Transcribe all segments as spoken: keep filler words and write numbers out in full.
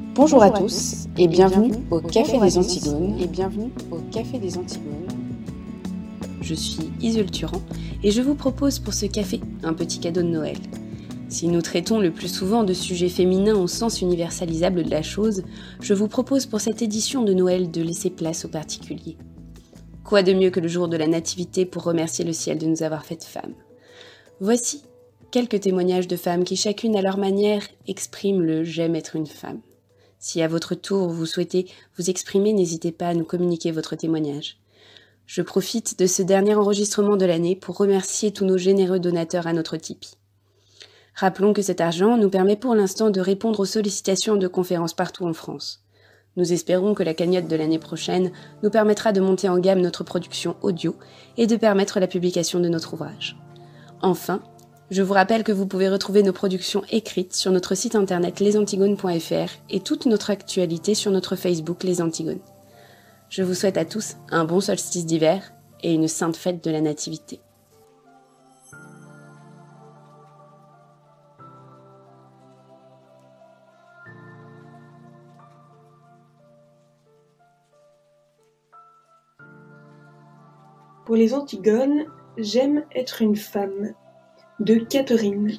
Bonjour à tous et bienvenue au Café des Antigones et bienvenue au Café des Antigones. Je suis Iseult Turan et je vous propose pour ce café un petit cadeau de Noël. Si nous traitons le plus souvent de sujets féminins au sens universalisable de la chose, je vous propose pour cette édition de Noël de laisser place aux particuliers. Quoi de mieux que le jour de la Nativité pour remercier le ciel de nous avoir faites femmes. Voici quelques témoignages de femmes qui chacune à leur manière expriment le « j'aime être une femme ». Si à votre tour vous souhaitez vous exprimer, n'hésitez pas à nous communiquer votre témoignage. Je profite de ce dernier enregistrement de l'année pour remercier tous nos généreux donateurs à notre Tipeee. Rappelons que cet argent nous permet pour l'instant de répondre aux sollicitations de conférences partout en France. Nous espérons que la cagnotte de l'année prochaine nous permettra de monter en gamme notre production audio et de permettre la publication de notre ouvrage. Enfin, je vous rappelle que vous pouvez retrouver nos productions écrites sur notre site internet les antigones point f r et toute notre actualité sur notre Facebook Les Antigones. Je vous souhaite à tous un bon solstice d'hiver et une sainte fête de la Nativité. Pour les Antigones, j'aime être une femme. De Catherine.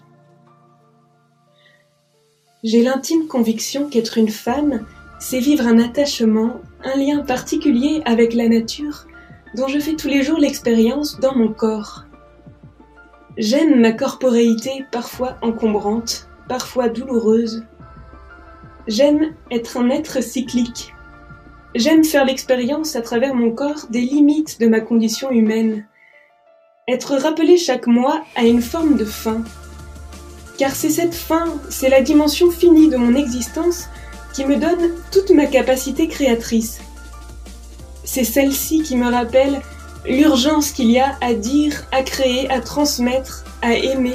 J'ai l'intime conviction qu'être une femme, c'est vivre un attachement, un lien particulier avec la nature, dont je fais tous les jours l'expérience dans mon corps. J'aime ma corporéité parfois encombrante, parfois douloureuse. J'aime être un être cyclique. J'aime faire l'expérience à travers mon corps des limites de ma condition humaine. Être rappelé chaque mois à une forme de fin. Car c'est cette fin, c'est la dimension finie de mon existence qui me donne toute ma capacité créatrice. C'est celle-ci qui me rappelle l'urgence qu'il y a à dire, à créer, à transmettre, à aimer.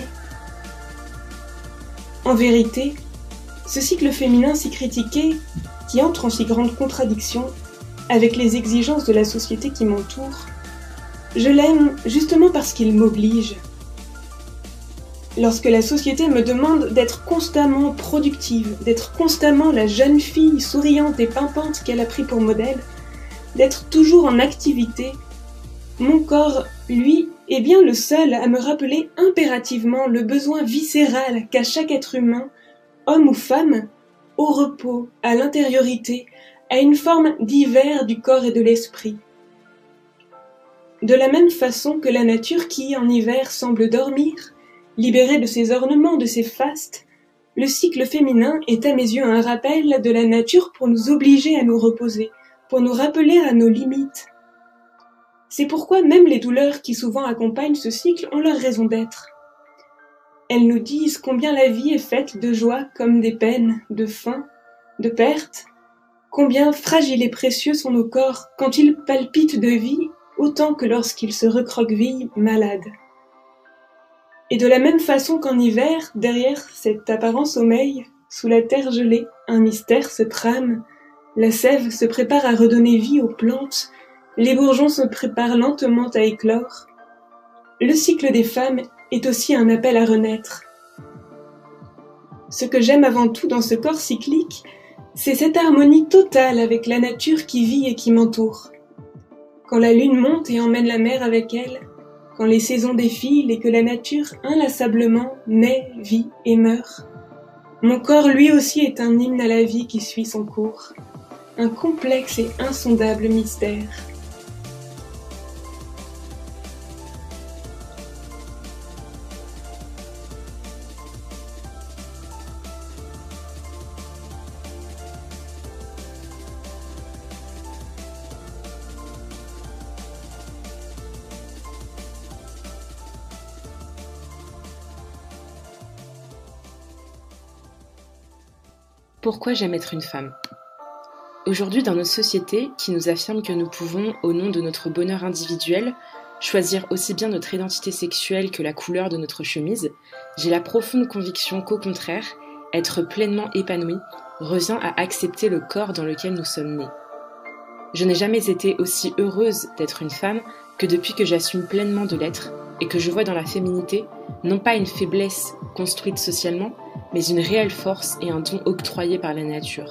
En vérité, ce cycle féminin si critiqué, qui entre en si grande contradiction avec les exigences de la société qui m'entoure, je l'aime justement parce qu'il m'oblige. Lorsque la société me demande d'être constamment productive, d'être constamment la jeune fille souriante et pimpante qu'elle a pris pour modèle, d'être toujours en activité, mon corps, lui, est bien le seul à me rappeler impérativement le besoin viscéral qu'a chaque être humain, homme ou femme, au repos, à l'intériorité, à une forme d'hiver du corps et de l'esprit. De la même façon que la nature qui, en hiver, semble dormir, libérée de ses ornements, de ses fastes, le cycle féminin est à mes yeux un rappel de la nature pour nous obliger à nous reposer, pour nous rappeler à nos limites. C'est pourquoi même les douleurs qui souvent accompagnent ce cycle ont leur raison d'être. Elles nous disent combien la vie est faite de joie comme des peines, de faim, de pertes, combien fragiles et précieux sont nos corps quand ils palpitent de vie autant que lorsqu'ils se recroquevillent malades. Et de la même façon qu'en hiver, derrière cet apparent sommeil, sous la terre gelée, un mystère se trame, la sève se prépare à redonner vie aux plantes, les bourgeons se préparent lentement à éclore. Le cycle des femmes est aussi un appel à renaître. Ce que j'aime avant tout dans ce corps cyclique, c'est cette harmonie totale avec la nature qui vit et qui m'entoure. Quand la lune monte et emmène la mer avec elle, quand les saisons défilent et que la nature inlassablement naît, vit et meurt, mon corps lui aussi est un hymne à la vie qui suit son cours, un complexe et insondable mystère. Pourquoi j'aime être une femme ? Aujourd'hui, dans notre société, qui nous affirme que nous pouvons, au nom de notre bonheur individuel, choisir aussi bien notre identité sexuelle que la couleur de notre chemise, j'ai la profonde conviction qu'au contraire, être pleinement épanouie revient à accepter le corps dans lequel nous sommes nés. Je n'ai jamais été aussi heureuse d'être une femme que depuis que j'assume pleinement de l'être et que je vois dans la féminité non pas une faiblesse construite socialement, mais une réelle force et un don octroyé par la nature.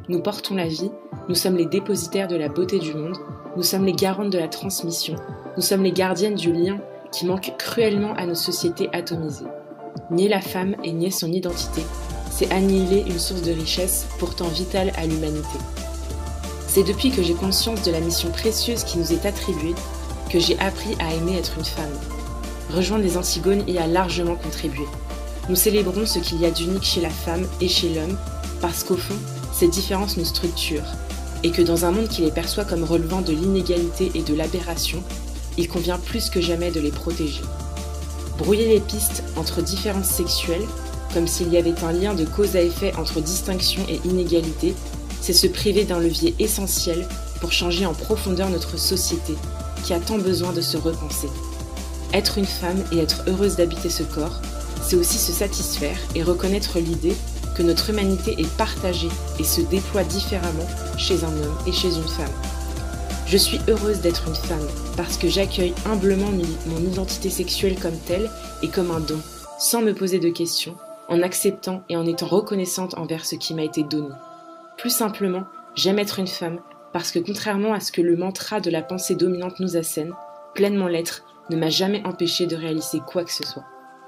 Nous portons la vie, nous sommes les dépositaires de la beauté du monde, nous sommes les garantes de la transmission, nous sommes les gardiennes du lien qui manque cruellement à nos sociétés atomisées. Nier la femme et nier son identité, c'est annihiler une source de richesse pourtant vitale à l'humanité. C'est depuis que j'ai conscience de la mission précieuse qui nous est attribuée que j'ai appris à aimer être une femme. Rejoindre les Antigones y a largement contribué. Nous célébrons ce qu'il y a d'unique chez la femme et chez l'homme parce qu'au fond, ces différences nous structurent et que dans un monde qui les perçoit comme relevant de l'inégalité et de l'aberration, il convient plus que jamais de les protéger. Brouiller les pistes entre différences sexuelles, comme s'il y avait un lien de cause à effet entre distinction et inégalité, c'est se priver d'un levier essentiel pour changer en profondeur notre société, qui a tant besoin de se repenser. Être une femme et être heureuse d'habiter ce corps, c'est aussi se satisfaire et reconnaître l'idée que notre humanité est partagée et se déploie différemment chez un homme et chez une femme. Je suis heureuse d'être une femme parce que j'accueille humblement mon identité sexuelle comme telle et comme un don, sans me poser de questions, en acceptant et en étant reconnaissante envers ce qui m'a été donné. Plus simplement, j'aime être une femme parce que contrairement à ce que le mantra de la pensée dominante nous assène, pleinement l'être ne m'a jamais empêché de réaliser quoi que ce soit.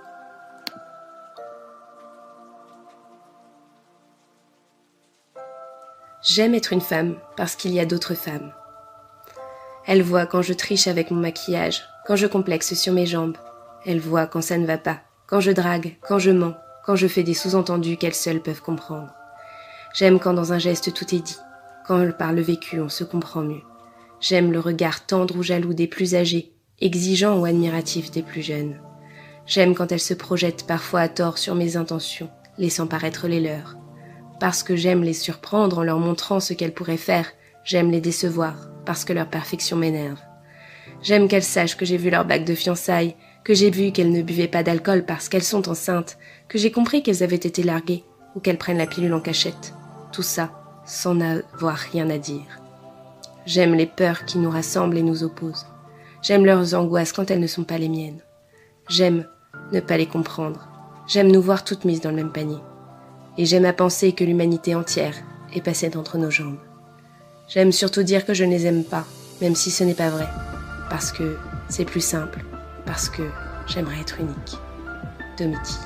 J'aime être une femme parce qu'il y a d'autres femmes. Elle voit quand je triche avec mon maquillage, quand je complexe sur mes jambes. Elle voit quand ça ne va pas, quand je drague, quand je mens, quand je fais des sous-entendus qu'elles seules peuvent comprendre. J'aime quand dans un geste tout est dit, quand par le vécu on se comprend mieux. J'aime le regard tendre ou jaloux des plus âgés, exigeant ou admiratif des plus jeunes. J'aime quand elles se projettent parfois à tort sur mes intentions, laissant paraître les leurs. Parce que j'aime les surprendre en leur montrant ce qu'elles pourraient faire, j'aime les décevoir, parce que leur perfection m'énerve. J'aime qu'elles sachent que j'ai vu leur bague de fiançailles, que j'ai vu qu'elles ne buvaient pas d'alcool parce qu'elles sont enceintes, que j'ai compris qu'elles avaient été larguées, ou qu'elles prennent la pilule en cachette. Tout ça, sans avoir rien à dire. J'aime les peurs qui nous rassemblent et nous opposent. J'aime leurs angoisses quand elles ne sont pas les miennes. J'aime ne pas les comprendre. J'aime nous voir toutes mises dans le même panier. Et j'aime à penser que l'humanité entière est passée d'entre nos jambes. J'aime surtout dire que je ne les aime pas, même si ce n'est pas vrai. Parce que c'est plus simple. Parce que j'aimerais être unique. Domiti.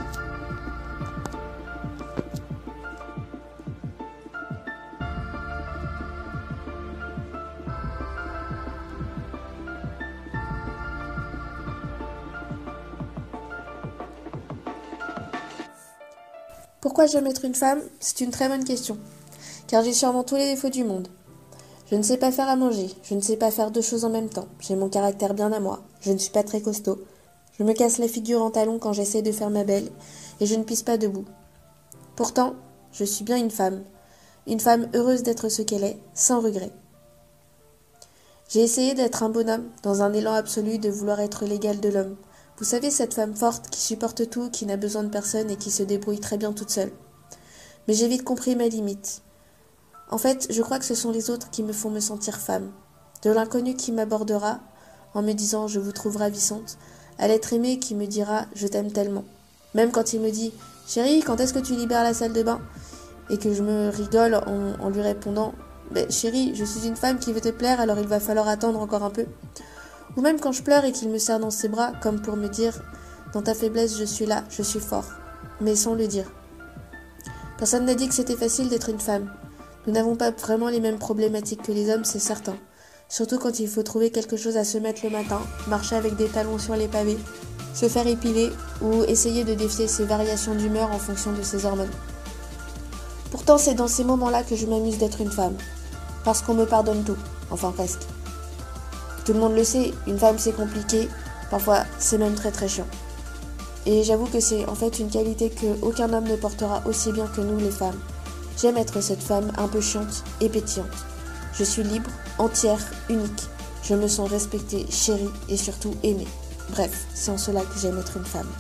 Pourquoi j'aime être une femme ? C'est une très bonne question, car j'ai sûrement tous les défauts du monde. Je ne sais pas faire à manger, je ne sais pas faire deux choses en même temps, j'ai mon caractère bien à moi, je ne suis pas très costaud, je me casse la figure en talons quand j'essaie de faire ma belle, et je ne pisse pas debout. Pourtant, je suis bien une femme, une femme heureuse d'être ce qu'elle est, sans regret. J'ai essayé d'être un bonhomme, dans un élan absolu de vouloir être l'égal de l'homme. Vous savez, cette femme forte qui supporte tout, qui n'a besoin de personne et qui se débrouille très bien toute seule. Mais j'ai vite compris ma limite. En fait, je crois que ce sont les autres qui me font me sentir femme. De l'inconnu qui m'abordera, en me disant « je vous trouve ravissante », à l'être aimé qui me dira « je t'aime tellement ». Même quand il me dit « chérie, quand est-ce que tu libères la salle de bain ?» et que je me rigole en, en lui répondant « chérie, je suis une femme qui veut te plaire, alors il va falloir attendre encore un peu ». Ou même quand je pleure et qu'il me serre dans ses bras, comme pour me dire « dans ta faiblesse, je suis là, je suis fort », mais sans le dire. Personne n'a dit que c'était facile d'être une femme. Nous n'avons pas vraiment les mêmes problématiques que les hommes, c'est certain. Surtout quand il faut trouver quelque chose à se mettre le matin, marcher avec des talons sur les pavés, se faire épiler ou essayer de défier ses variations d'humeur en fonction de ses hormones. Pourtant, c'est dans ces moments-là que je m'amuse d'être une femme. Parce qu'on me pardonne tout, enfin presque. Tout le monde le sait, une femme c'est compliqué, parfois c'est même très très chiant. Et j'avoue que c'est en fait une qualité qu'aucun homme ne portera aussi bien que nous les femmes. J'aime être cette femme un peu chiante et pétillante. Je suis libre, entière, unique. Je me sens respectée, chérie et surtout aimée. Bref, c'est en cela que j'aime être une femme.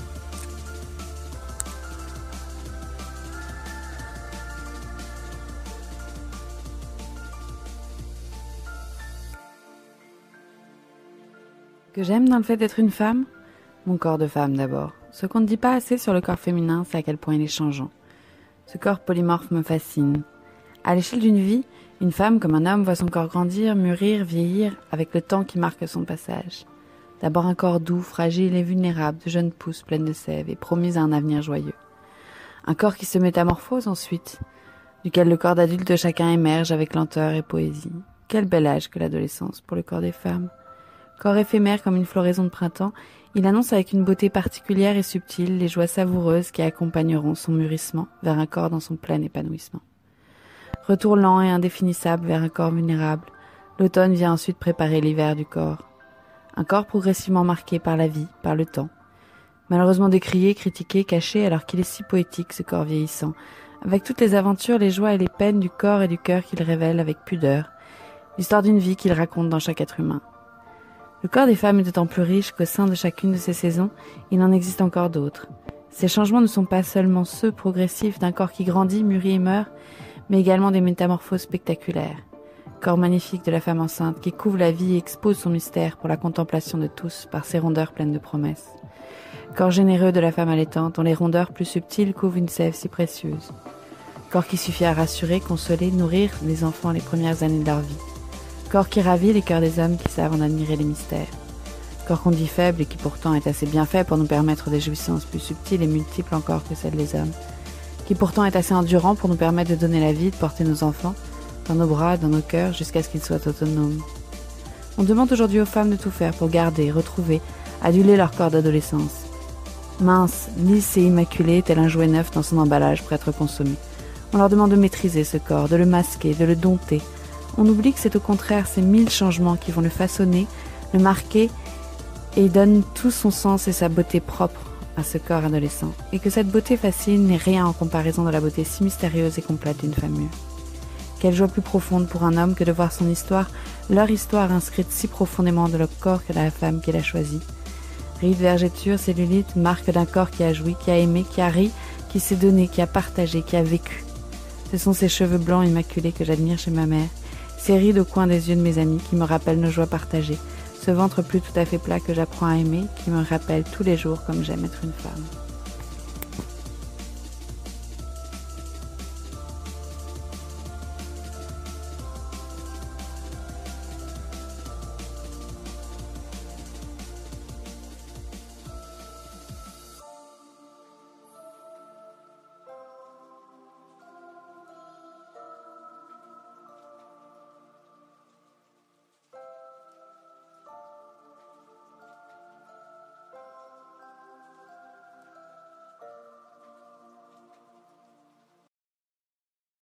Ce que j'aime dans le fait d'être une femme, mon corps de femme d'abord. Ce qu'on ne dit pas assez sur le corps féminin, c'est à quel point il est changeant. Ce corps polymorphe me fascine. À l'échelle d'une vie, une femme comme un homme voit son corps grandir, mûrir, vieillir avec le temps qui marque son passage. D'abord un corps doux, fragile et vulnérable, de jeunes pousses pleines de sève et promises à un avenir joyeux. Un corps qui se métamorphose ensuite, duquel le corps d'adulte de chacun émerge avec lenteur et poésie. Quel bel âge que l'adolescence pour le corps des femmes. Corps éphémère comme une floraison de printemps, il annonce avec une beauté particulière et subtile les joies savoureuses qui accompagneront son mûrissement vers un corps dans son plein épanouissement. Retour lent et indéfinissable vers un corps vulnérable, l'automne vient ensuite préparer l'hiver du corps. Un corps progressivement marqué par la vie, par le temps. Malheureusement décrié, critiqué, caché, alors qu'il est si poétique ce corps vieillissant, avec toutes les aventures, les joies et les peines du corps et du cœur qu'il révèle avec pudeur, l'histoire d'une vie qu'il raconte dans chaque être humain. Le corps des femmes est d'autant plus riche qu'au sein de chacune de ces saisons, il en existe encore d'autres. Ces changements ne sont pas seulement ceux progressifs d'un corps qui grandit, mûrit et meurt, mais également des métamorphoses spectaculaires. Corps magnifique de la femme enceinte qui couvre la vie et expose son mystère pour la contemplation de tous par ses rondeurs pleines de promesses. Corps généreux de la femme allaitante dont les rondeurs plus subtiles couvrent une sève si précieuse. Corps qui suffit à rassurer, consoler, nourrir les enfants les premières années de leur vie. Corps qui ravit les cœurs des hommes qui savent en admirer les mystères. Corps qu'on dit faible et qui pourtant est assez bien fait pour nous permettre des jouissances plus subtiles et multiples encore que celles des hommes. Qui pourtant est assez endurant pour nous permettre de donner la vie, de porter nos enfants, dans nos bras, dans nos cœurs, jusqu'à ce qu'ils soient autonomes. On demande aujourd'hui aux femmes de tout faire pour garder, retrouver, aduler leur corps d'adolescence. Mince, lisse et immaculé, tel un jouet neuf dans son emballage prêt à être consommé. On leur demande de maîtriser ce corps, de le masquer, de le dompter. On oublie que c'est au contraire ces mille changements qui vont le façonner, le marquer et donnent tout son sens et sa beauté propre à ce corps adolescent. Et que cette beauté facile n'est rien en comparaison de la beauté si mystérieuse et complète d'une femme mûre. Quelle joie plus profonde pour un homme que de voir son histoire, leur histoire inscrite si profondément dans le corps que la femme qu'il a choisi. Rides, vergetures, cellulites, marque d'un corps qui a joui, qui a aimé, qui a ri, qui s'est donné, qui a partagé, qui a vécu. Ce sont ces cheveux blancs immaculés que j'admire chez ma mère, ces rides au coin des yeux de mes amis qui me rappellent nos joies partagées, ce ventre plus tout à fait plat que j'apprends à aimer, qui me rappelle tous les jours comme j'aime être une femme.